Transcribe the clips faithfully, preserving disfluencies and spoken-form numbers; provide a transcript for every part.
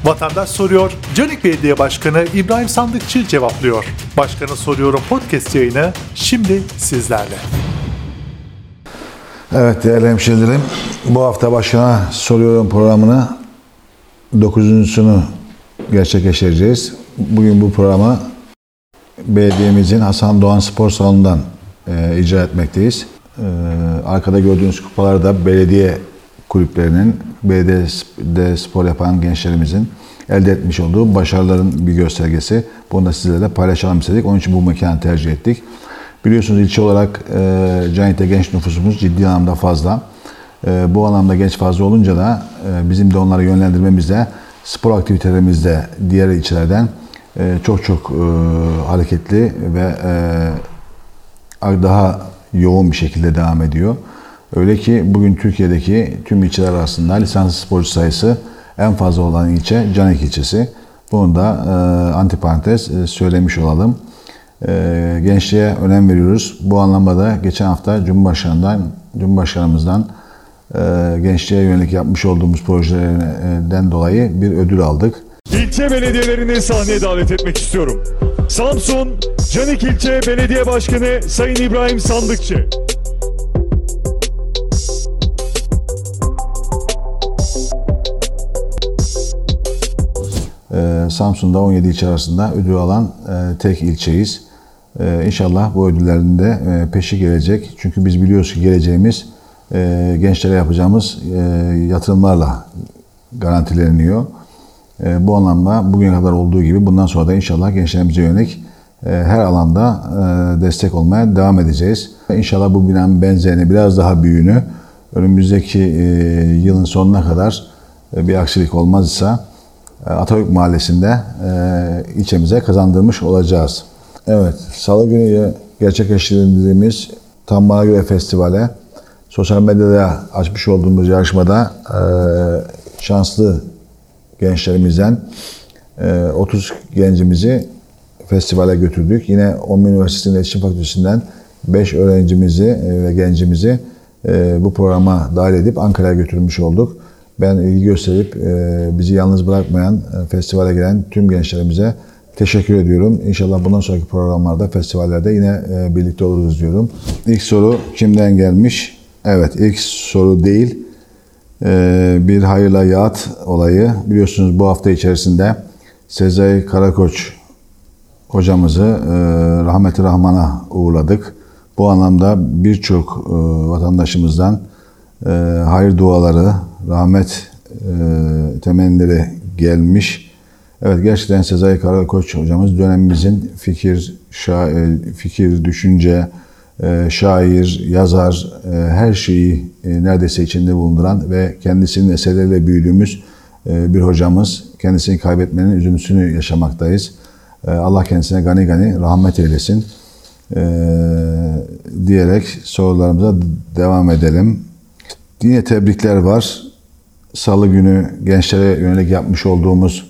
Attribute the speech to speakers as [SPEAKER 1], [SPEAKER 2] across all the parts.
[SPEAKER 1] Vatandaş soruyor, Canik Belediye Başkanı İbrahim Sandıkçı cevaplıyor. Başkanı Soruyorum podcast yayını şimdi sizlerle.
[SPEAKER 2] Evet değerli hemşehrilerim, bu hafta Başkan'a Soruyorum programını dokuzuncusunu gerçekleştireceğiz. Bugün bu programı belediyemizin Hasan Doğan Spor Salonu'ndan e, icra etmekteyiz. E, arkada gördüğünüz kupalar da belediye kulüplerinin, belediyede spor yapan gençlerimizin elde etmiş olduğu başarıların bir göstergesi. Bunu da sizlerle paylaşalım istedik. Onun için bu mekanı tercih ettik. Biliyorsunuz ilçe olarak e, Canik'te genç nüfusumuz ciddi anlamda fazla. E, bu anlamda genç fazla olunca da e, bizim de onları yönlendirmemizde, spor aktivitelerimizde diğer ilçelerden e, çok çok e, hareketli ve e, daha yoğun bir şekilde devam ediyor. Öyle ki bugün Türkiye'deki tüm ilçeler arasında lisanslı sporcu sayısı en fazla olan ilçe Canik ilçesi. Bunu da e, antiparantez e, söylemiş olalım. E, gençliğe önem veriyoruz. Bu anlamda da geçen hafta Cumhurbaşkanı'ndan, Cumhurbaşkanımızdan e, gençliğe yönelik yapmış olduğumuz projelerden dolayı bir ödül aldık.
[SPEAKER 3] İlçe belediyelerini sahneye davet etmek istiyorum. Samsun Canik İlçe Belediye Başkanı Sayın İbrahim Sandıkçı.
[SPEAKER 2] Ee, Samsun'da on yedi ilçe arasında ödül alan e, tek ilçeyiz. Ee, İnşallah bu ödüllerin de e, peşi gelecek. Çünkü biz biliyoruz ki geleceğimiz e, gençlere yapacağımız e, yatırımlarla garantileniyor. E, bu anlamda bugüne kadar olduğu gibi bundan sonra da inşallah gençlerimize yönelik e, her alanda e, destek olmaya devam edeceğiz. İnşallah bu binanın benzerini, biraz daha büyüğünü önümüzdeki e, yılın sonuna kadar e, bir aksilik olmazsa Atatürk Mahallesi'nde e, ilçemize kazandırmış olacağız. Evet, Salı günü gerçekleştirdiğimiz Tam Bana Göre Festivale sosyal medyada açmış olduğumuz yarışmada e, şanslı gençlerimizden e, otuz gencimizi festivale götürdük. Yine OMMÜ Üniversitesi'nin İletişim Fakültesinden beş öğrencimizi e, ve gencimizi e, bu programa dahil edip Ankara'ya götürmüş olduk. Ben ilgi gösterip e, bizi yalnız bırakmayan, e, festivale gelen tüm gençlerimize teşekkür ediyorum. İnşallah bundan sonraki programlarda, festivallerde yine e, birlikte oluruz diyorum. İlk soru kimden gelmiş? Evet, ilk soru değil. E, bir hayırla yağıt olayı. Biliyorsunuz bu hafta içerisinde Sezai Karakoç hocamızı e, rahmeti rahmana uğurladık. Bu anlamda birçok e, vatandaşımızdan e, hayır duaları, rahmet e, temennileri gelmiş. Evet, gerçekten Sezai Karakoç hocamız dönemimizin fikir, şair, fikir, düşünce, e, şair, yazar, e, her şeyi e, neredeyse içinde bulunduran ve kendisinin eserleriyle büyüdüğümüz e, bir hocamız. Kendisini kaybetmenin üzüntüsünü yaşamaktayız. E, Allah kendisine gani gani rahmet eylesin e, diyerek sorularımıza devam edelim. Yine tebrikler var. Salı günü gençlere yönelik yapmış olduğumuz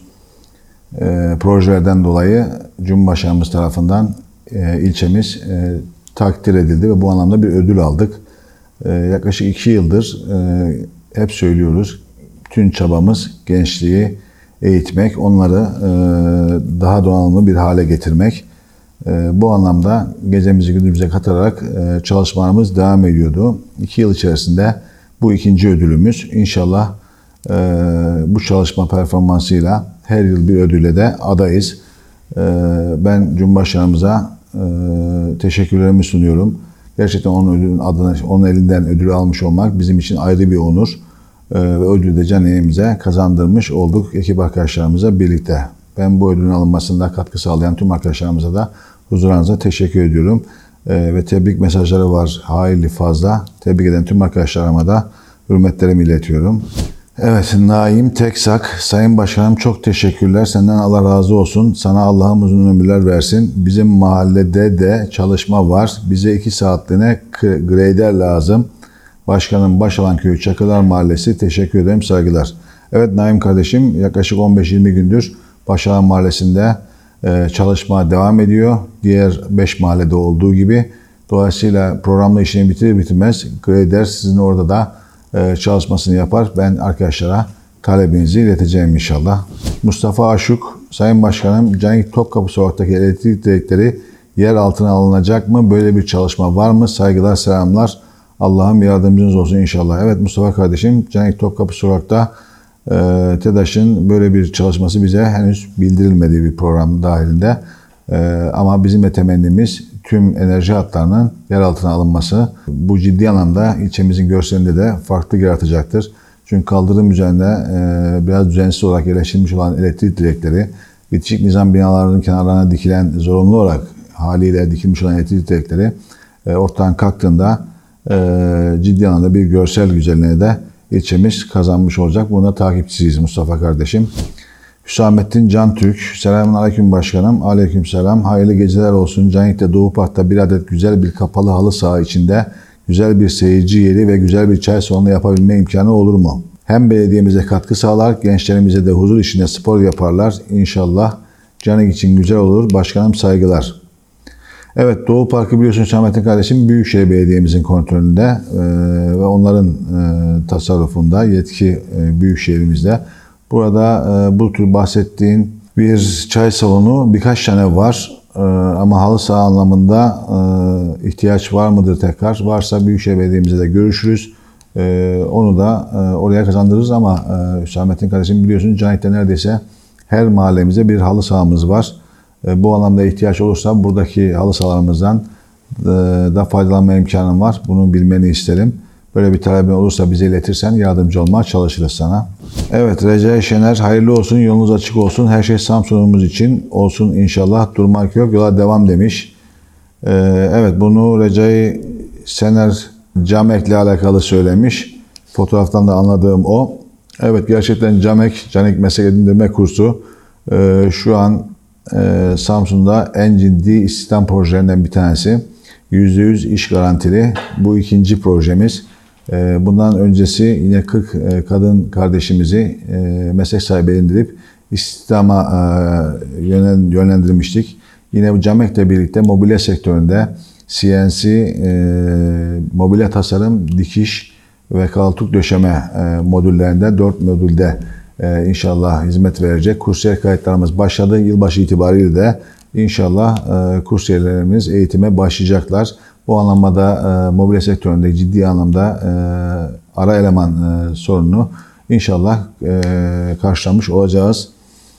[SPEAKER 2] e, projelerden dolayı Cumhurbaşkanımız tarafından e, ilçemiz e, takdir edildi ve bu anlamda bir ödül aldık. E, yaklaşık iki yıldır e, hep söylüyoruz. Tüm çabamız gençliği eğitmek, onları e, daha donanımlı bir hale getirmek. E, bu anlamda gecemizi gündüzümüze katarak e, çalışmalarımız devam ediyordu. İki yıl içerisinde bu ikinci ödülümüz. İnşallah e, bu çalışma performansıyla her yıl bir ödüle de adayız. E, ben Cumhurbaşkanımıza e, teşekkürlerimi sunuyorum. Gerçekten onun ödülün adına, onun elinden ödülü almış olmak bizim için ayrı bir onur. E, ve ödülü de caniyemize kazandırmış olduk ekip arkadaşlarımıza birlikte. Ben bu ödülün alınmasında katkı sağlayan tüm arkadaşlarımıza da huzurlarınıza teşekkür ediyorum. Ee, ve tebrik mesajları var hayli fazla. Tebrik eden tüm arkadaşlarıma da hürmetlerimi iletiyorum. Evet, Naim Teksak, Sayın Başkanım çok teşekkürler. Senden Allah razı olsun. Sana Allah'ım uzun ömürler versin. Bizim mahallede de çalışma var. Bize iki saatliğine grader lazım. Başkanım Başalanköy'ü Çakılar Mahallesi. Teşekkür ederim, saygılar. Evet Naim kardeşim, yaklaşık on beş yirmi gündür Başalan Mahallesi'nde çalışma devam ediyor. Diğer beş mahallede olduğu gibi. Dolayısıyla programla işini bitirir bitirmez grader sizin orada da çalışmasını yapar. Ben arkadaşlara talebinizi ileteceğim inşallah. Mustafa Aşuk, Sayın Başkanım, Canik Topkapı Sokak'taki elektrik direkleri yer altına alınacak mı? Böyle bir çalışma var mı? Saygılar, selamlar. Allah'ım yardımcınız olsun inşallah. Evet Mustafa kardeşim, Canik Topkapı Sokak'ta e, TEDAŞ'ın böyle bir çalışması bize henüz bildirilmediği bir program dahilinde. E, ama bizim de temennimiz tüm enerji hatlarının yer altına alınması. Bu ciddi anlamda ilçemizin görselinde de farklı yaratacaktır. Çünkü kaldırım üzerinde e, biraz düzensiz olarak yerleştirilmiş olan elektrik direkleri, bitişik nizam binalarının kenarlarına dikilen, zorunlu olarak haliyle dikilmiş olan elektrik direkleri e, ortadan kalktığında e, ciddi anlamda bir görsel güzelliğine de ilçemiz kazanmış olacak. Buna takipçisiyiz Mustafa kardeşim. Hüsamettin Can Türk, selamun aleyküm başkanım. Aleyküm selam. Hayırlı geceler olsun. Canik'te Doğu Park'ta bir adet güzel bir kapalı halı saha içinde güzel bir seyirci yeri ve güzel bir çay salonu yapabilme imkanı olur mu? Hem belediyemize katkı sağlar, gençlerimize de huzur içinde spor yaparlar. İnşallah Canik için güzel olur. Başkanım saygılar. Evet, Doğu Parkı biliyorsun Hüsamettin kardeşim Büyükşehir Belediye'mizin kontrolünde e, ve onların e, tasarrufunda, yetki e, Büyükşehir'imizde. Burada e, bu tür bahsettiğin bir çay salonu birkaç tane var. Ee, ama halı saha anlamında e, ihtiyaç var mıdır tekrar? Varsa Büyükşehir Belediye'mizle de görüşürüz. Ee, onu da e, oraya kazandırırız ama e, Hüsamettin kardeşim biliyorsun Canik'te neredeyse her mahallemize bir halı sahamız var. E, bu anlamda ihtiyaç olursa buradaki halı sahalarımızdan e, da faydalanma imkanım var. Bunu bilmeni isterim. Böyle bir talebin olursa bize iletirsen yardımcı olmaya çalışırız sana. Evet Recai Şener, hayırlı olsun, yolunuz açık olsun. Her şey Samsun'umuz için olsun inşallah. Durmak yok, yola devam demiş. Ee, evet bunu Recai Şener Camek'le alakalı söylemiş. Fotoğraftan da anladığım o. Evet gerçekten Camek, Canik Meslek Edindirme Kursu e, şu an e, Samsun'da en ciddi istihdam projelerinden bir tanesi. yüzde yüz iş garantili. Bu ikinci projemiz. Bundan öncesi yine kırk kadın kardeşimizi meslek sahibi edindirip istihdama yönlendirmiştik. Yine bu Camek'le birlikte mobilya sektöründe C N C, mobilya tasarım, dikiş ve kaltuk döşeme modüllerinde dört modülde inşallah hizmet verecek. Kursiyer kayıtlarımız başladı. Yılbaşı itibariyle de İnşallah e, kursiyerlerimiz eğitime başlayacaklar. Bu anlamda e, mobilya sektöründe ciddi anlamda e, ara eleman e, sorununu inşallah e, karşılamış olacağız.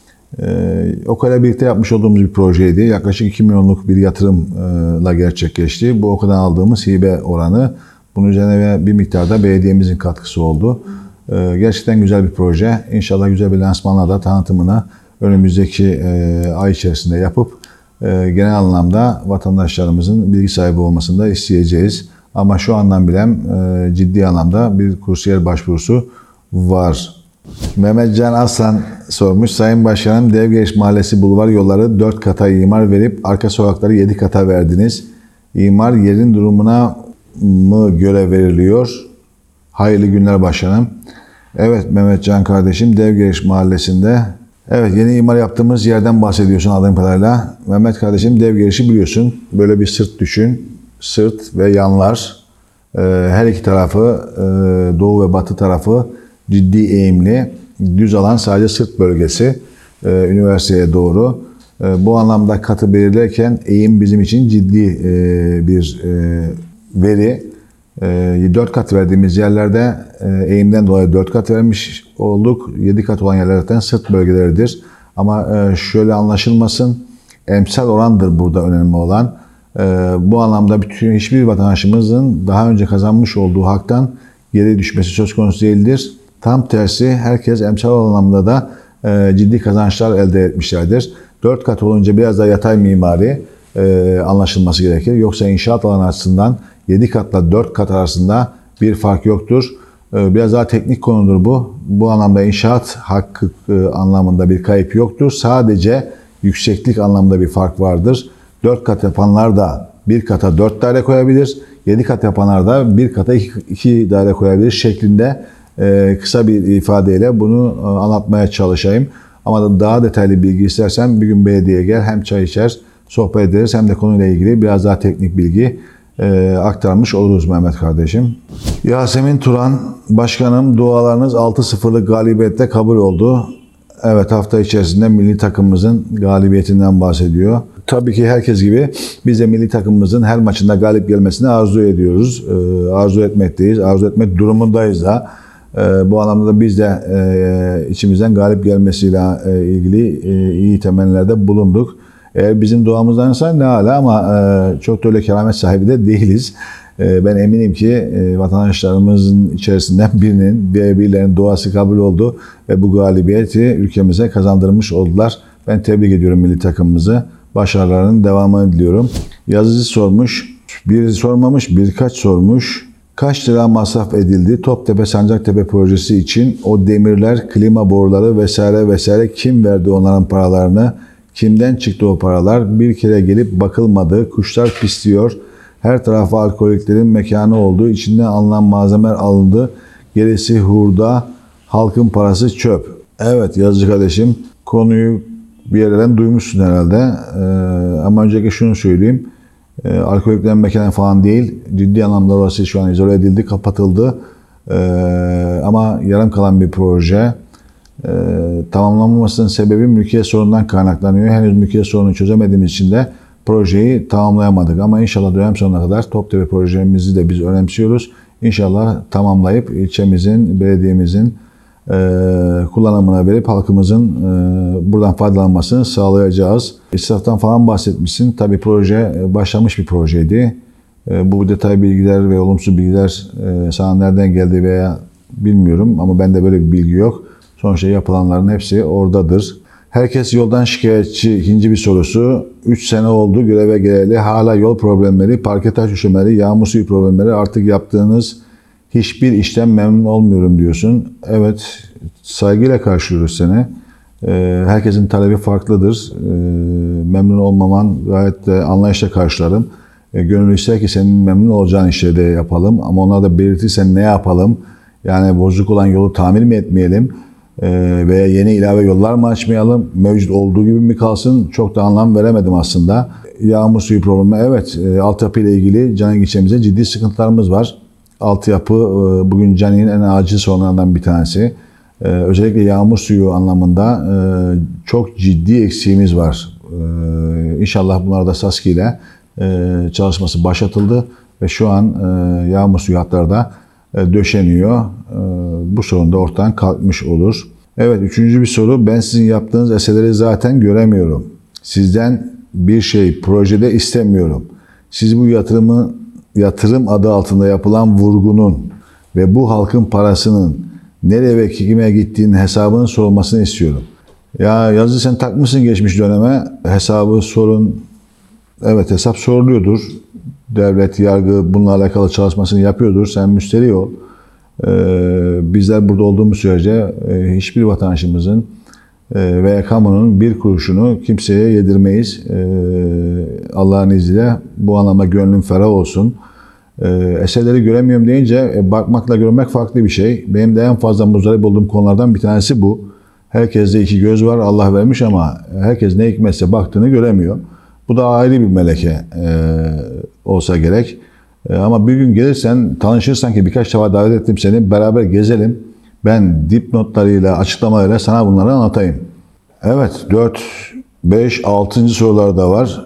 [SPEAKER 2] E, OKA'yla birlikte yapmış olduğumuz bir projeydi. Yaklaşık iki milyonluk bir yatırımla gerçekleşti. Bu OKA'dan aldığımız hibe oranı. Bunun üzerine bir miktarda belediyemizin katkısı oldu. E, gerçekten güzel bir proje. İnşallah güzel bir lansmanla da tanıtımını önümüzdeki e, ay içerisinde yapıp e, genel anlamda vatandaşlarımızın bilgi sahibi olmasını da isteyeceğiz. Ama şu andan bile e, ciddi anlamda bir kursiyer başvurusu var. Mehmetcan Aslan sormuş. Sayın Başkanım, Devgeriş Mahallesi Bulvar yolları dört kata imar verip arka sokakları yedi kata verdiniz. İmar yerin durumuna mı göre veriliyor? Hayırlı günler başkanım. Evet Mehmetcan kardeşim, Devgeriş Mahallesi'nde evet yeni imar yaptığımız yerden bahsediyorsun anladığım kadarıyla. Mehmet kardeşim Devgeriş'i biliyorsun. Böyle bir sırt düşün. Sırt ve yanlar. Her iki tarafı doğu ve batı tarafı ciddi eğimli. Düz alan sadece sırt bölgesi. Üniversiteye doğru. Bu anlamda katı belirlerken eğim bizim için ciddi bir veri. dört kat verdiğimiz yerlerde eğimden dolayı dört kat vermiş olduk. yedi kat olan yerlerden sırt bölgeleridir. Ama şöyle anlaşılmasın, emsal orandır burada önemli olan. Bu anlamda bütün hiçbir vatandaşımızın daha önce kazanmış olduğu haktan geri düşmesi söz konusu değildir. Tam tersi herkes emsal anlamda da ciddi kazançlar elde etmişlerdir. dört kat olunca biraz daha yatay mimari anlaşılması gerekir. Yoksa inşaat alanı açısından yedi katla dört kat arasında bir fark yoktur. Biraz daha teknik konudur bu. Bu anlamda inşaat hakkı anlamında bir kayıp yoktur. Sadece yükseklik anlamında bir fark vardır. dört kat yapanlar da bir kata dört daire koyabilir. yedi kat yapanlar da bir kata iki daire koyabilir şeklinde kısa bir ifadeyle bunu anlatmaya çalışayım. Ama daha detaylı bilgi istersen bir gün belediyeye gel, hem çay içer, sohbet ederiz, hem de konuyla ilgili biraz daha teknik bilgi e, aktarmış oluruz Mehmet kardeşim. Yasemin Turan, başkanım dualarınız altı sıfırlık galibiyette kabul oldu. Evet, hafta içerisinde milli takımımızın galibiyetinden bahsediyor. Tabii ki herkes gibi biz de milli takımımızın her maçında galip gelmesini arzu ediyoruz. Ee, arzu etmekteyiz, arzu etmek durumundayız da. Ee, bu anlamda da biz de e, içimizden galip gelmesiyle e, ilgili e, iyi temennilerde bulunduk. Eğer bizim duamızdansa ne hala ama e, çok da öyle keramet sahibi de değiliz. E, ben eminim ki e, vatandaşlarımızın içerisinden birinin, birilerinin duası kabul oldu ve bu galibiyeti ülkemize kazandırmış oldular. Ben tebrik ediyorum milli takımımızı. Başarılarının devamını diliyorum. Yazıcı sormuş, biri sormamış, birkaç sormuş. Kaç lira masraf edildi Toptepe Sancaktepe projesi için? O demirler, klima boruları vesaire vesaire kim verdi onların paralarını? Kimden çıktı o paralar? Bir kere gelip bakılmadı. Kuşlar pisliyor. Her tarafa alkoliklerin mekanı oldu. İçinden alınan malzemeler alındı. Gerisi hurda. Halkın parası çöp. Evet yazıcı kardeşim, konuyu bir yerden duymuşsun herhalde. Ee, ama önceki şunu söyleyeyim. Ee, alkoliklerin mekanı falan değil. Ciddi anlamda orası şu an izole edildi, kapatıldı. Ee, ama yarım kalan bir proje. Ee, tamamlanmamasının sebebi mülkiyet sorunundan kaynaklanıyor. Henüz mülkiyet sorununu çözemediğimiz için de projeyi tamamlayamadık. Ama inşallah dönem sonuna kadar Toptepe projemizi de biz önemsiyoruz. İnşallah tamamlayıp ilçemizin, belediyemizin e, kullanımına verip halkımızın e, buradan faydalanmasını sağlayacağız. İsraftan falan bahsetmişsin. Tabii proje başlamış bir projeydi. E, bu detay bilgiler ve olumsuz bilgiler e, sana nereden geldi veya bilmiyorum ama bende böyle bir bilgi yok. Sonuçta yapılanların hepsi oradadır. Herkes yoldan şikayetçi. İkinci bir sorusu. üç sene oldu göreve geleli. Hala yol problemleri, parke taş üşümeleri, yağmur suyu problemleri. Artık yaptığınız hiçbir işten memnun olmuyorum diyorsun. Evet, saygıyla karşılıyoruz seni. Herkesin talebi farklıdır. Memnun olmaman gayet de anlayışla karşılarım. Gönül ister ki senin memnun olacağın işleri de yapalım. Ama onlar da belirtirsen ne yapalım? Yani bozuk olan yolu tamir mi etmeyelim? Ee, veya yeni ilave yollar mı açmayalım? Mevcut olduğu gibi mi kalsın? Çok da anlam veremedim aslında. Yağmur suyu problemi, evet. E, altyapı ile ilgili Canik ilçemizde ciddi sıkıntılarımız var. Altyapı e, bugün Canik'in en acil sorunlarından bir tanesi. E, özellikle yağmur suyu anlamında e, çok ciddi eksiğimiz var. E, İnşallah bunlar da SASKİ ile e, çalışması başlatıldı ve şu an e, yağmur suyu hatları da döşeniyor. Bu sorun da ortadan kalkmış olur. Evet, üçüncü bir soru. Ben sizin yaptığınız eserleri zaten göremiyorum. Sizden bir şey projede istemiyorum. Siz bu yatırımı yatırım adı altında yapılan vurgunun ve bu halkın parasının nereye ve kime gittiğinin hesabının sorulmasını istiyorum. Ya yazı sen takmışsın geçmiş döneme. Hesabı sorun. Evet, hesap soruluyordur. Devlet, yargı bununla alakalı çalışmasını yapıyordur. Sen müşteri ol. Ee, bizler burada olduğumuz sürece e, hiçbir vatandaşımızın e, veya kamunun bir kuruşunu kimseye yedirmeyiz. E, Allah'ın izniyle bu anlamda gönlüm ferah olsun. E, eserleri göremiyorum deyince e, bakmakla görmek farklı bir şey. Benim de en fazla muzdarip olduğum konulardan bir tanesi bu. Herkeste iki göz var, Allah vermiş ama herkes ne hikmetse baktığını göremiyor. Bu da ayrı bir meleke e, olsa gerek. E, ama bir gün gelirsen, tanışırsan ki birkaç defa davet ettim seni, beraber gezelim. Ben dipnotlarıyla, açıklamalarıyla sana bunları anlatayım. Evet, dört, beş, altıncı sorular da var.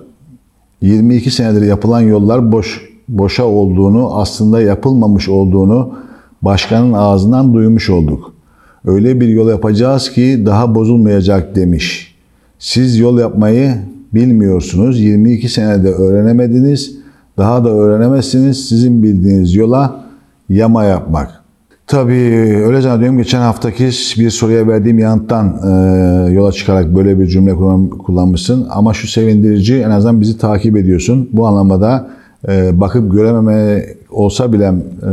[SPEAKER 2] yirmi iki senedir yapılan yollar boş, boşa olduğunu, aslında yapılmamış olduğunu başkanın ağzından duymuş olduk. Öyle bir yol yapacağız ki daha bozulmayacak demiş. Siz yol yapmayı bilmiyorsunuz. yirmi iki senede öğrenemediniz. Daha da öğrenemezsiniz. Sizin bildiğiniz yola yama yapmak. Tabii öyle zannediyorum. Geçen haftaki bir soruya verdiğim yanıttan e, yola çıkarak böyle bir cümle kullanmışsın. Ama şu sevindirici, en azından bizi takip ediyorsun. Bu anlamda e, bakıp görememe olsa bile e,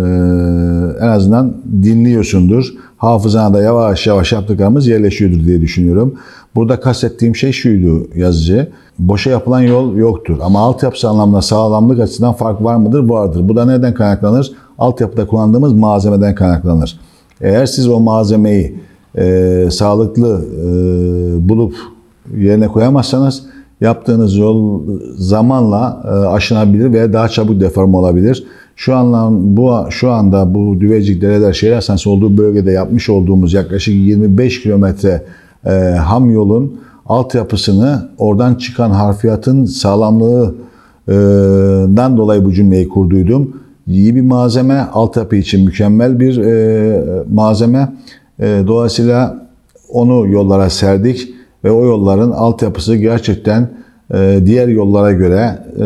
[SPEAKER 2] en azından dinliyorsundur. Hafızana da yavaş yavaş yaptıklarımız yerleşiyordur diye düşünüyorum. Burada kastettiğim şey şuydu yazıcı. Boşa yapılan yol yoktur. Ama altyapısı anlamında sağlamlık açısından fark var mıdır? Vardır. Bu da neden kaynaklanır? Altyapıda kullandığımız malzemeden kaynaklanır. Eğer siz o malzemeyi e, sağlıklı e, bulup yerine koyamazsanız yaptığınız yol zamanla e, aşınabilir veya daha çabuk deforme olabilir. Şu anlam bu şu anda bu Düvecik Dereler Şehir Hastanesi olduğu bölgede yapmış olduğumuz yaklaşık yirmi beş kilometre e, ham yolun altyapısını, oradan çıkan harfiyatın sağlamlığından dolayı bu cümleyi kurduydum. İyi bir malzeme, altyapı için mükemmel bir e, malzeme. E, dolayısıyla onu yollara serdik ve o yolların altyapısı gerçekten e, diğer yollara göre e,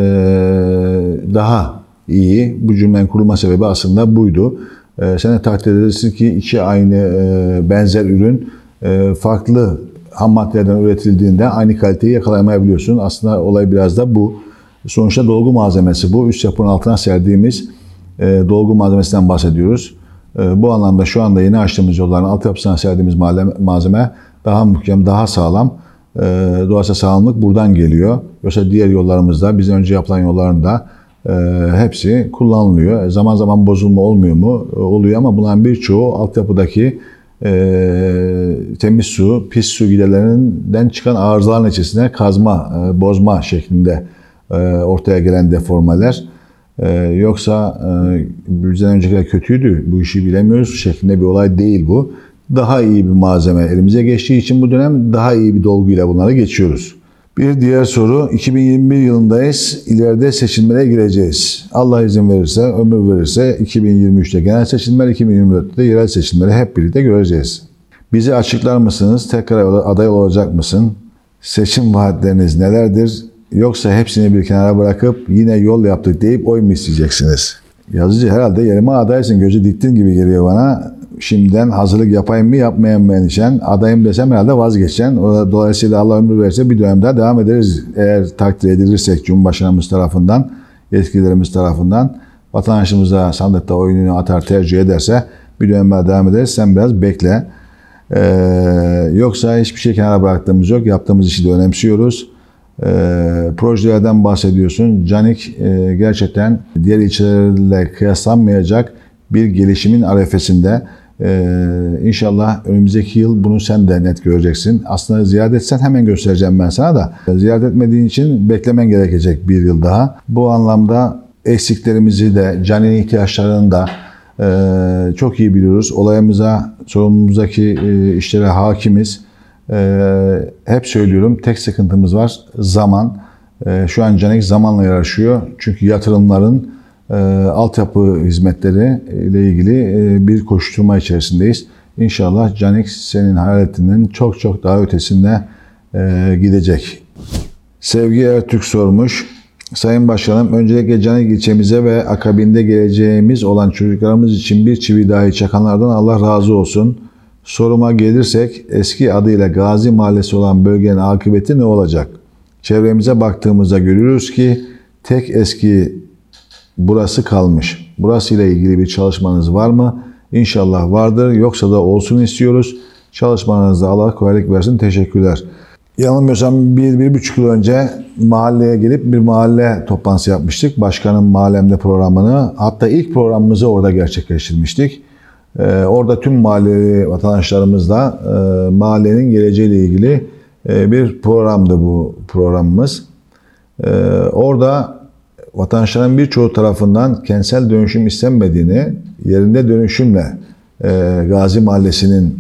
[SPEAKER 2] daha iyi. Bu cümlenin kurulma sebebi aslında buydu. E, sen de takdir edersin ki iki aynı e, benzer ürün e, farklı ham maddelerden üretildiğinde aynı kaliteyi yakalayamayabiliyorsun. Aslında olay biraz da bu. Sonuçta dolgu malzemesi bu. Üst yapının altına serdiğimiz e, dolgu malzemesinden bahsediyoruz. E, bu anlamda şu anda yeni açtığımız yolların altyapısına serdiğimiz malzeme daha muhkem, daha sağlam. E, dolayısıyla sağlamlık buradan geliyor. Yoksa diğer yollarımızda, bizden önce yapılan yolların da e, hepsi kullanılıyor. E, zaman zaman bozulma olmuyor mu? E, oluyor ama bunların birçoğu altyapıdaki e, temiz su, pis su giderlerinden çıkan arızaların içerisinde kazma, e, bozma şeklinde e, ortaya gelen deformalar. Ee, yoksa e, bizden öncekiler kötüydü, bu işi bilemiyoruz şeklinde bir olay değil bu. Daha iyi bir malzeme elimize geçtiği için bu dönem daha iyi bir dolguyla bunları geçiyoruz. Bir diğer soru, iki bin yirmi bir yılındayız, ileride seçimlere gireceğiz. Allah izin verirse, ömür verirse iki bin yirmi üçte genel seçimler, iki bin yirmi dörtte yerel seçimleri hep birlikte göreceğiz. Bizi açıklar mısınız? Tekrar aday olacak mısın? Seçim vaatleriniz nelerdir? Yoksa hepsini bir kenara bırakıp yine yol yaptık deyip oy mu isteyeceksiniz? Yazıcı herhalde yerime adaysın, gözü diktin gibi geliyor bana. Şimdiden hazırlık yapayım mı yapmayayım mı endişen? Adayım desem herhalde vazgeçeceksin. Dolayısıyla Allah ömür verirse bir dönem daha devam ederiz. Eğer takdir edilirsek Cumhurbaşkanımız tarafından, yetkililerimiz tarafından, vatandaşımız da sandıkta oyunu atar tercih ederse bir dönem daha devam ederiz. Sen biraz bekle. Ee, yoksa hiçbir şey kenara bıraktığımız yok. Yaptığımız işi de önemsiyoruz. E, projelerden bahsediyorsun. Canik e, gerçekten diğer ilçelerle kıyaslanmayacak bir gelişimin arefesinde. E, İnşallah önümüzdeki yıl bunu sen de net göreceksin. Aslında ziyaret etsen hemen göstereceğim ben sana da. Ziyaret etmediğin için beklemen gerekecek bir yıl daha. Bu anlamda eksiklerimizi de, Canik'in ihtiyaçlarını da e, çok iyi biliyoruz. Olayımıza, sorumluluğumuzdaki e, işlere hakimiz. Ee, hep söylüyorum, tek sıkıntımız var, zaman. Ee, şu an Canik zamanla yarışıyor. Çünkü yatırımların e, altyapı hizmetleri ile ilgili e, bir koşturma içerisindeyiz. İnşallah Canik senin hayal ettiğinin çok çok daha ötesinde e, gidecek. Sevgi Ertürk sormuş. Sayın Başkanım, öncelikle Canik ilçemize ve akabinde geleceğimiz olan çocuklarımız için bir çivi dahi çakanlardan Allah razı olsun. Soruma gelirsek, eski adıyla Gazi Mahallesi olan bölgenin akıbeti ne olacak? Çevremize baktığımızda görüyoruz ki tek eski burası kalmış. Burası ile ilgili bir çalışmanız var mı? İnşallah vardır. Yoksa da olsun istiyoruz. Çalışmanızda Allah kolaylık versin. Teşekkürler. Yanılmıyorsam bir, bir buçuk yıl önce mahalleye gelip bir mahalle toplantısı yapmıştık. Başkanın mahallemde programını, hatta ilk programımızı orada gerçekleştirmiştik. Ee, orada tüm mahalleli vatandaşlarımızla e, mahallenin geleceğiyle ilgili e, bir programdı bu programımız. E, orada vatandaşların birçoğu tarafından kentsel dönüşüm istenmediğini, yerinde dönüşümle e, Gazi Mahallesi'nin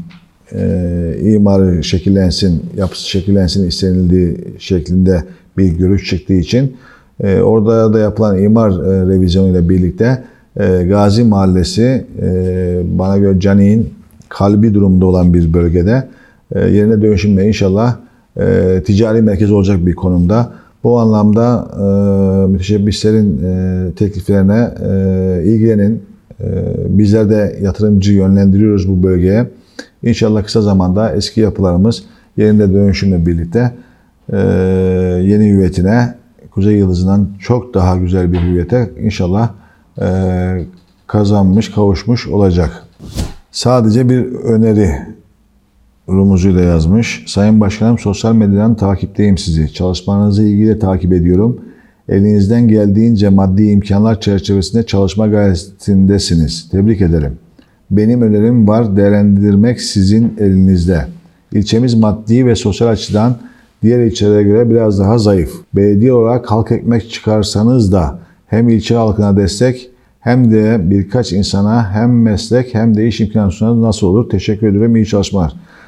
[SPEAKER 2] e, imarı şekillensin, yapısı şekillensin istenildiği şeklinde bir görüş çıktığı için e, orada da yapılan imar e, revizyonu ile birlikte e, Gazi Mahallesi e, bana göre Canik'in kalbi durumda olan bir bölgede e, yerine dönüşümle inşallah e, ticari merkez olacak bir konumda. Bu anlamda e, müteşebbislerin e, tekliflerine e, ilgilenin. E, bizler de yatırımcı yönlendiriyoruz bu bölgeye. İnşallah kısa zamanda eski yapılarımız yerinde dönüşümle birlikte e, yeni hüviyetine, Kuzey Yıldızı'ndan çok daha güzel bir hüviyete inşallah e, kazanmış, kavuşmuş olacak. Sadece bir öneri rumuzuyla yazmış. Sayın Başkanım, sosyal medyadan takipteyim sizi. Çalışmalarınızı ilgili takip ediyorum. Elinizden geldiğince maddi imkanlar çerçevesinde çalışma gayretindesiniz. Tebrik ederim. Benim önerim var, değerlendirmek sizin elinizde. İlçemiz maddi ve sosyal açıdan diğer ilçelere göre biraz daha zayıf. Belediye olarak halk ekmek çıkarsanız da hem ilçe halkına destek hem de birkaç insana hem meslek hem de iş imkanı sunanız nasıl olur? Teşekkür ederim. İyi çalışmalar.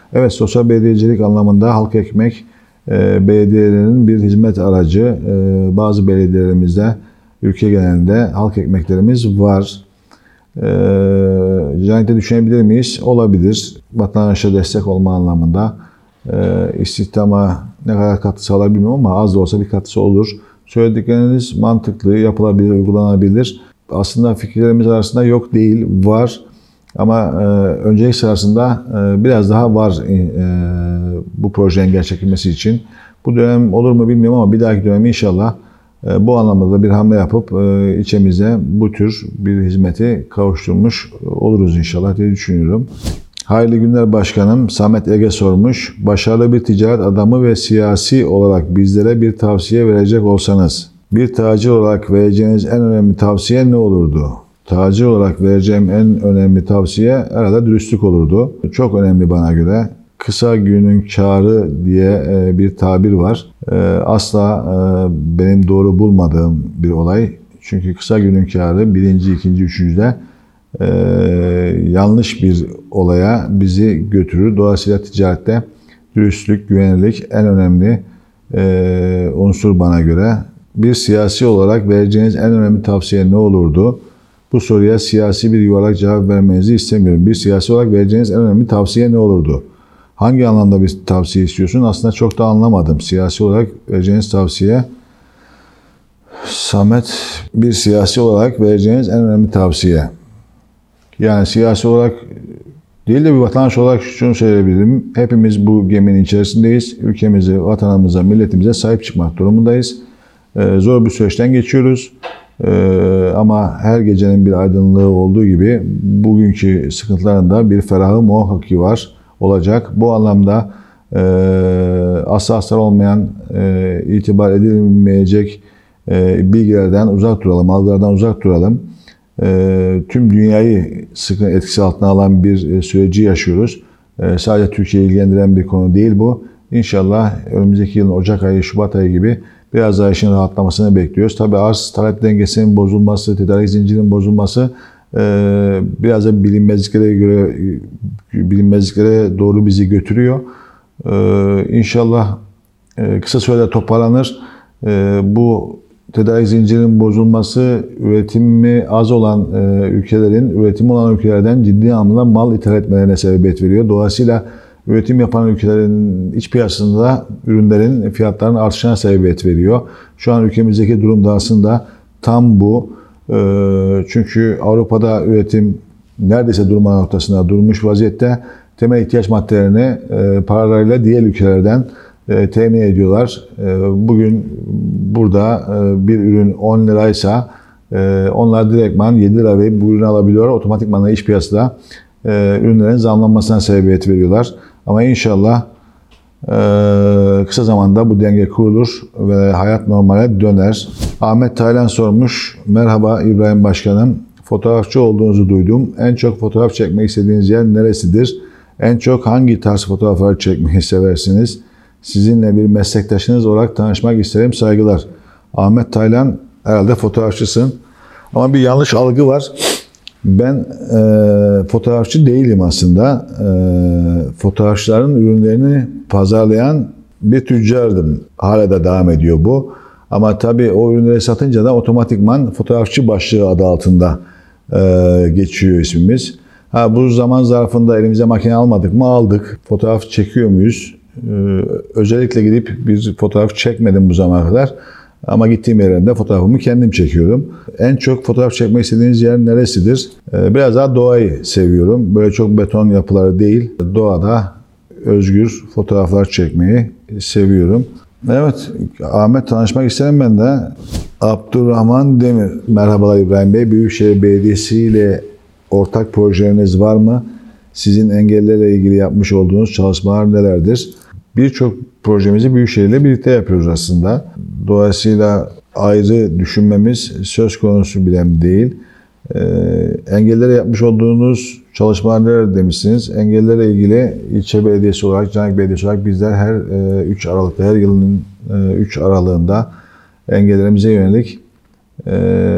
[SPEAKER 2] Evet, sosyal belediyecilik anlamında halk ekmek e, belediyelerinin bir hizmet aracı. E, bazı belediyelerimizde, ülke genelinde halk ekmeklerimiz var. E, Cennette düşünebilir miyiz? Olabilir. Vatandaşa destek olma anlamında. E, istihdama ne kadar katkı sağlar bilmiyorum ama az da olsa bir katkısı olur. Söyledikleriniz mantıklı, yapılabilir, uygulanabilir. Aslında fikirlerimiz arasında yok değil, var. Ama e, öncelik sırasında e, biraz daha var e, bu projenin gerçekleşmesi için. Bu dönem olur mu bilmiyorum ama bir dahaki dönem inşallah e, bu anlamda da bir hamle yapıp e, ilçemize bu tür bir hizmeti kavuşturmuş oluruz inşallah diye düşünüyorum. Hayırlı günler başkanım. Samet Ege sormuş. Başarılı bir ticaret adamı ve siyasi olarak bizlere bir tavsiye verecek olsanız, bir tacir olarak vereceğiniz en önemli tavsiye ne olurdu? Tacir olarak vereceğim en önemli tavsiye herhalde dürüstlük olurdu. Çok önemli bana göre. Kısa günün kârı diye bir tabir var. Asla benim doğru bulmadığım bir olay. Çünkü kısa günün kârı birinci, ikinci, üçüncüde Ee, yanlış bir olaya bizi götürür. Dolayısıyla ticarette dürüstlük, güvenilirlik en önemli e, unsur bana göre. Bir siyasi olarak vereceğiniz en önemli tavsiye ne olurdu? Bu soruya siyasi bir yuvarlak cevap vermenizi istemiyorum. Bir siyasi olarak vereceğiniz en önemli tavsiye ne olurdu? Hangi anlamda bir tavsiye istiyorsun? Aslında çok da anlamadım. Siyasi olarak vereceğiniz tavsiye, Samet, bir siyasi olarak vereceğiniz en önemli tavsiye. Yani siyasi olarak değil de bir vatandaş olarak şunu söyleyebilirim. Hepimiz bu geminin içerisindeyiz. Ülkemize, vatanımıza, milletimize sahip çıkmak durumundayız. Ee, zor bir süreçten geçiyoruz. Ee, ama her gecenin bir aydınlığı olduğu gibi bugünkü sıkıntıların da bir ferahı muhakkak ki var, olacak. Bu anlamda e, asla aslar olmayan, e, itibar edilmeyecek e, bilgilerden uzak duralım, algılardan uzak duralım. E, tüm dünyayı sıkı etkisi altına alan bir e, süreci yaşıyoruz. E, sadece Türkiye'yi ilgilendiren bir konu değil bu. İnşallah önümüzdeki yılın Ocak ayı, Şubat ayı gibi biraz daha işin rahatlamasını bekliyoruz. Tabii arz talep dengesinin bozulması, tedarik zincirinin bozulması e, biraz da bilinmezliklere göre bilinmezliklere doğru bizi götürüyor. E, İnşallah e, kısa sürede toparlanır. E, bu tedarik zincirinin bozulması, üretimi az olan e, ülkelerin, üretimi olan ülkelerden ciddi anlamda mal ithal etmelerine sebebiyet veriyor. Dolayısıyla üretim yapan ülkelerin iç piyasasında ürünlerin fiyatlarının artışına sebebiyet veriyor. Şu an ülkemizdeki durum da aslında tam bu. E, çünkü Avrupa'da üretim neredeyse durma noktasında durmuş vaziyette. Temel ihtiyaç maddelerini e, paralarıyla diğer ülkelerden E, temin ediyorlar. E, bugün burada e, bir ürün on liraysa e, onlar direktman yedi lira verip bu ürünü alabiliyorlar. Otomatikman iç piyasada e, ürünlerin zamlanmasına sebebiyet veriyorlar. Ama inşallah e, kısa zamanda bu denge kurulur ve hayat normale döner. Ahmet Taylan sormuş. Merhaba İbrahim Başkanım. Fotoğrafçı olduğunuzu duydum. En çok fotoğraf çekmek istediğiniz yer neresidir? En çok hangi tarz fotoğrafları çekmeyi seversiniz? Sizinle bir meslektaşınız olarak tanışmak isterim. Saygılar. Ahmet Taylan, herhalde fotoğrafçısın. Ama bir yanlış algı var. Ben e, fotoğrafçı değilim aslında. E, fotoğrafçıların ürünlerini pazarlayan bir tüccardım. Hala da devam ediyor bu. Ama tabii o ürünleri satınca da otomatikman fotoğrafçı başlığı adı altında e, geçiyor ismimiz. Ha, bu zaman zarfında elimize makine almadık mı? Aldık. Fotoğraf çekiyor muyuz? Ee, özellikle gidip bir fotoğraf çekmedim bu zamana kadar. Ama gittiğim yerlerinde fotoğrafımı kendim çekiyorum. En çok fotoğraf çekmek istediğiniz yer neresidir? Ee, biraz daha doğayı seviyorum. Böyle çok beton yapıları değil. Doğada özgür fotoğraflar çekmeyi seviyorum. Evet, Ahmet, tanışmak isterim ben de. Abdurrahman Demir. Merhabalar İbrahim Bey. Büyükşehir Belediyesi ile ortak projeleriniz var mı? Sizin engellerle ilgili yapmış olduğunuz çalışmalar nelerdir? Birçok projemizi Büyükşehir ile birlikte yapıyoruz aslında. Dolayısıyla ayrı düşünmemiz söz konusu bile değil. Ee, engellere yapmış olduğunuz çalışmalar neler demişsiniz? Engellerle ilgili ilçe belediyesi olarak, Canik Belediyesi olarak bizler her üç Aralık'ta, her yılın üç aralığında engellerimize yönelik e,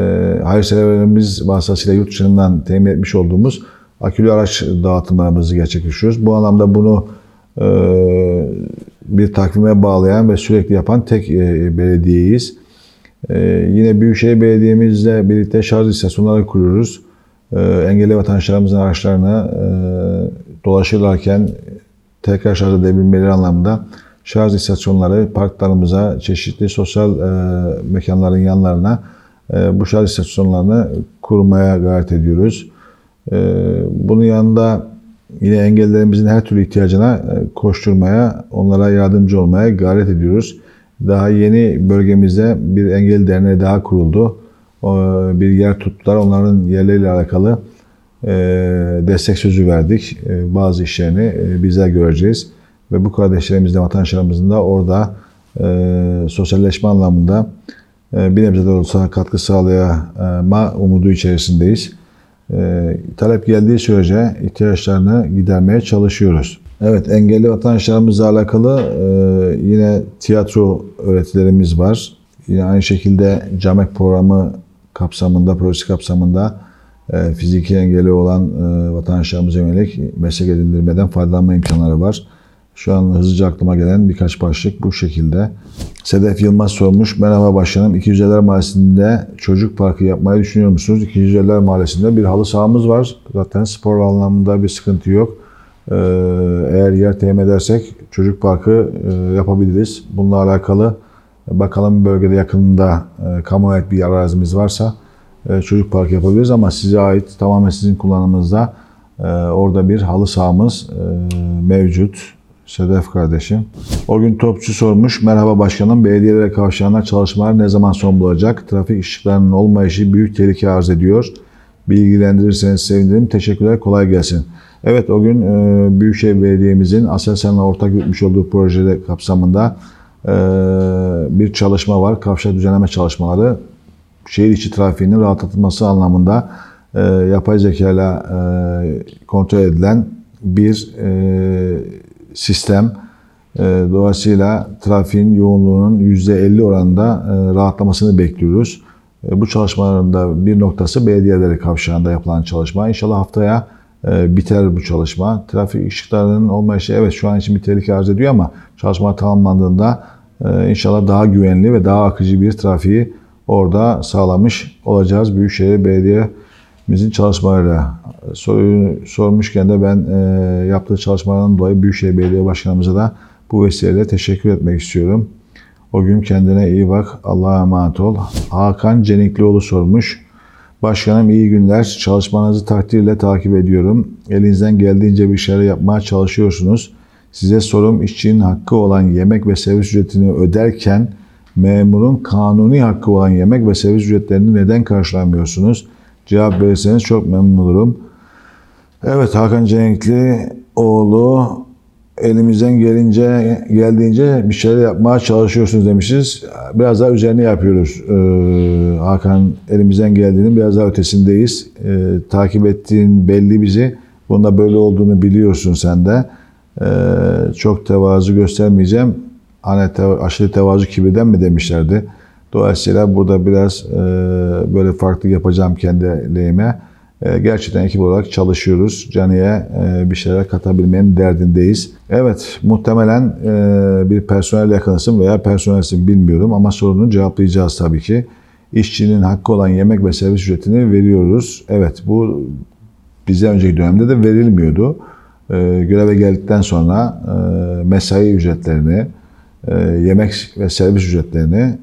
[SPEAKER 2] hayırseverlerimiz vasıtasıyla yurt dışından temin etmiş olduğumuz akülü araç dağıtımlarımızı gerçekleştiriyoruz. Bu anlamda bunu bir takvime bağlayan ve sürekli yapan tek belediyeyiz. Yine Büyükşehir Belediye'mizle birlikte şarj istasyonları kuruyoruz. Engelli vatandaşlarımızın araçlarını dolaşırlarken tekrar şarj edebilmeleri anlamında şarj istasyonları parklarımıza, çeşitli sosyal mekanların yanlarına bu şarj istasyonlarını kurmaya gayret ediyoruz. Bunun yanında yine engellilerimizin her türlü ihtiyacına koşturmaya, onlara yardımcı olmaya gayret ediyoruz. Daha yeni bölgemizde bir engelli derneği daha kuruldu. Bir yer tuttular. Onların yerleriyle alakalı destek sözü verdik. Bazı işlerini bizler göreceğiz. Ve bu kardeşlerimizle, vatandaşlarımızın da orada sosyalleşme anlamında bir nebze de olsa katkı sağlayama umudu içerisindeyiz. E, talep geldiği sürece ihtiyaçlarını gidermeye çalışıyoruz. Evet, engelli vatandaşlarımızla alakalı e, yine tiyatro öğretilerimiz var. Yine aynı şekilde CAMEK programı kapsamında, projesi kapsamında e, fiziki engelli olan e, vatandaşlarımıza yönelik meslek edindirmeden faydalanma imkanları var. Şu an hızlıca aklıma gelen birkaç başlık bu şekilde. Sedef Yılmaz sormuş. Merhaba başkanım. iki yüz elliler Mahallesi'nde çocuk parkı yapmayı düşünüyor musunuz? iki yüz elliler Mahallesi'nde bir halı sahamız var. Zaten spor anlamında bir sıkıntı yok. Ee, eğer yer temin edersek çocuk parkı e, yapabiliriz. Bununla alakalı bakalım bölgede yakınında e, kamuya ait bir arazimiz varsa e, çocuk parkı yapabiliriz ama size ait tamamen sizin kullanımınızda e, orada bir halı sahamız e, mevcut. Sedef kardeşim. O gün Topçu sormuş. Merhaba başkanım. Belediyelere kavşağına çalışmalar ne zaman son bulacak? Trafik ışıklarının olmayışı büyük tehlike arz ediyor. Bilgilendirirseniz sevinirim. Teşekkürler. Kolay gelsin. Evet, o gün e, Büyükşehir Belediye'mizin Aselsan'la ortak yürütmüş olduğu projede kapsamında e, bir çalışma var. Kavşak düzenleme çalışmaları. Şehir içi trafiğinin rahatlatılması anlamında e, yapay zeka ile kontrol edilen bir e, sistem. Dolayısıyla trafiğin yoğunluğunun yüzde elli oranında rahatlamasını bekliyoruz. Bu çalışmaların da bir noktası belediyeleri kavşağında yapılan çalışma. İnşallah haftaya biter bu çalışma. Trafik ışıklarının olmayışı evet şu an için bir tehlike arz ediyor ama çalışma tamamlandığında inşallah daha güvenli ve daha akıcı bir trafiği orada sağlamış olacağız. Büyükşehir Belediye'mizin çalışmalarıyla. Soruyu sormuşken de ben e, yaptığı çalışmalardan dolayı Büyükşehir Belediye Başkanımıza da bu vesileyle teşekkür etmek istiyorum. O gün kendine iyi bak, Allah'a emanet ol. Hakan Ceniklioğlu sormuş. Başkanım iyi günler, çalışmanızı takdirle takip ediyorum. Elinizden geldiğince bir şeyler yapmaya çalışıyorsunuz. Size sorum, işçinin hakkı olan yemek ve servis ücretini öderken memurun kanuni hakkı olan yemek ve servis ücretlerini neden karşılamıyorsunuz? Cevap verirseniz çok memnun olurum. Evet, Hakan Ceniklioğlu, elimizden gelince geldiğince bir şeyler yapmaya çalışıyorsunuz demişiz. Biraz daha üzerine yapıyoruz. Ee, Hakan, elimizden geldiğinin biraz daha ötesindeyiz. Ee, takip ettiğin belli bizi. Bunda böyle olduğunu biliyorsun sen de. Ee, çok tevazu göstermeyeceğim. Hani te aşırı tevazu kibirden mi demişlerdi. Dolayısıyla burada biraz e, böyle farklı yapacağım kendi lehime. E, gerçekten ekip olarak çalışıyoruz. Cani'ye e, bir şeyler katabilmenin derdindeyiz. Evet, muhtemelen e, bir personel yakınısın veya personelsin bilmiyorum ama sorunu cevaplayacağız tabii ki. İşçinin hakkı olan yemek ve servis ücretini veriyoruz. Evet, bu bize önceki dönemde de verilmiyordu. E, göreve geldikten sonra e, mesai ücretlerini, yemek ve servis ücretlerini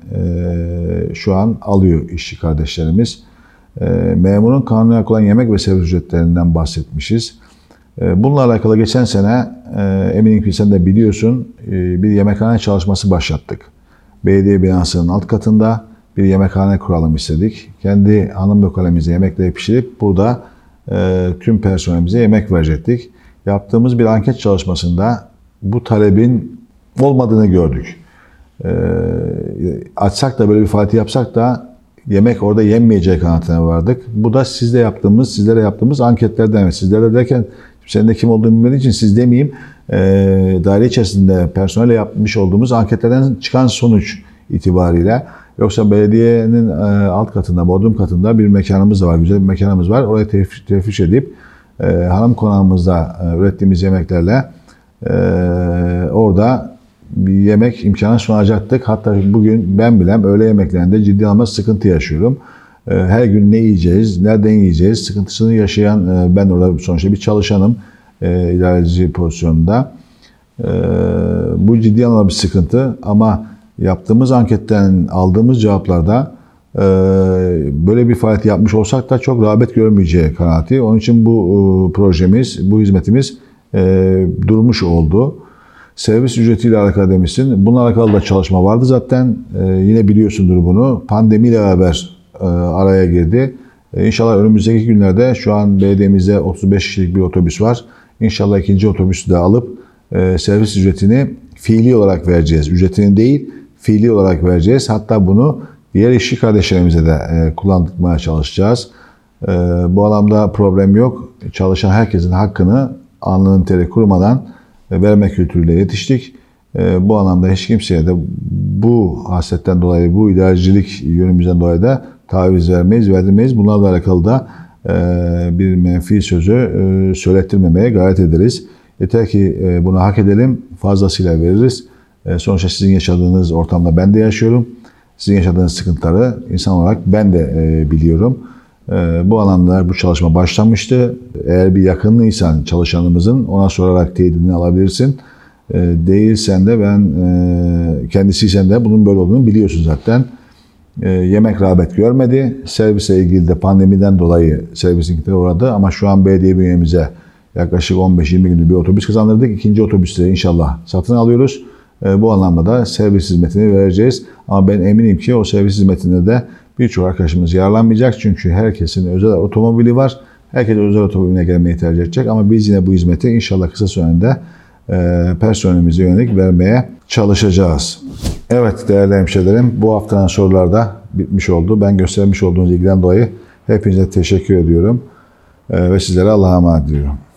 [SPEAKER 2] şu an alıyor işçi kardeşlerimiz. Memurun kanuni hakkı olan yemek ve servis ücretlerinden bahsetmişiz. Bununla alakalı geçen sene eminim ki sen de biliyorsun bir yemekhane çalışması başlattık. Belediye binasının alt katında bir yemekhane kuralım istedik. Kendi hanım lokalimize yemekleri pişirip burada tüm personelimize yemek verecektik. Yaptığımız bir anket çalışmasında bu talebin olmadığını gördük. Ee, açsak da böyle bir faaliyet yapsak da yemek orada yenmeyeceği kanaatine vardık. Bu da sizde yaptığımız, sizlere yaptığımız anketlerden. Sizlere derken senin de kim olduğunu bilmediğin için siz demeyeyim. E, daire içerisinde personelle yapmış olduğumuz anketlerden çıkan sonuç itibariyle. Yoksa belediyenin e, alt katında, bodrum katında bir mekanımız var, güzel bir mekanımız var. Oraya tef tefriş edip e, hanım konağımızda e, ürettiğimiz yemeklerle e, orada bir yemek imkanı sunacaktık. Hatta bugün ben bilem öğle yemeklerinde ciddi anlamda sıkıntı yaşıyorum. E, her gün ne yiyeceğiz, nereden yiyeceğiz sıkıntısını yaşayan e, ben orada sonuçta bir çalışanım e, idareci pozisyonunda. E, bu ciddi anlamda bir sıkıntı ama yaptığımız anketten aldığımız cevaplarda e, böyle bir faaliyet yapmış olsak da çok rağbet görmeyeceği kanaati. Onun için bu e, projemiz, bu hizmetimiz e, durmuş oldu. Servis ücretiyle alakalı demişsin. Bununla alakalı da çalışma vardı zaten. E, yine biliyorsundur bunu. Pandemiyle beraber e, araya girdi. E, İnşallah önümüzdeki günlerde şu an belediyemizde otuz beş kişilik bir otobüs var. İnşallah ikinci otobüsü de alıp e, servis ücretini fiili olarak vereceğiz. Ücretini değil, fiili olarak vereceğiz. Hatta bunu diğer işçi kardeşlerimize de e, kullandırmaya çalışacağız. E, bu alanda problem yok. Çalışan herkesin hakkını alnının teri kurumadan e, verme kültürüyle yetiştik. E, bu anlamda hiç kimseye de bu hasretten dolayı, bu idarecilik yönümüzden dolayı da taviz vermeyiz, verdirmeyiz. Bunlarla alakalı da e, bir menfi sözü e, söylettirmemeye gayret ederiz. Yeter ki e, bunu hak edelim, fazlasıyla veririz. E, sonuçta sizin yaşadığınız ortamda ben de yaşıyorum. Sizin yaşadığınız sıkıntıları insan olarak ben de e, biliyorum. E, bu alanda bu çalışma başlamıştı. Eğer bir yakınlıysan çalışanımızın ona sorarak teyidini alabilirsin. E, değilsen de ben e, kendisiysen de bunun böyle olduğunu biliyorsun zaten. E, yemek rağbet görmedi. Servise ilgili de pandemiden dolayı servisinkiler uğradı ama şu an belediye bünyemize yaklaşık on beş yirmi günlük bir otobüs kazandırdık. İkinci otobüsleri inşallah satın alıyoruz. E, bu anlamda da servis hizmetini vereceğiz. Ama ben eminim ki o servis hizmetinde de birçok arkadaşımız yararlanmayacak. Çünkü herkesin özel otomobili var. Herkes özel otomobiline gelmeyi tercih edecek. Ama biz yine bu hizmeti inşallah kısa sürede e, personelimize yönelik vermeye çalışacağız. Evet değerli hemşehrilerim, bu haftanın soruları da bitmiş oldu. Ben göstermiş olduğunuz ilgiden dolayı hepinize teşekkür ediyorum. E, ve sizlere Allah'a emanet ediyorum.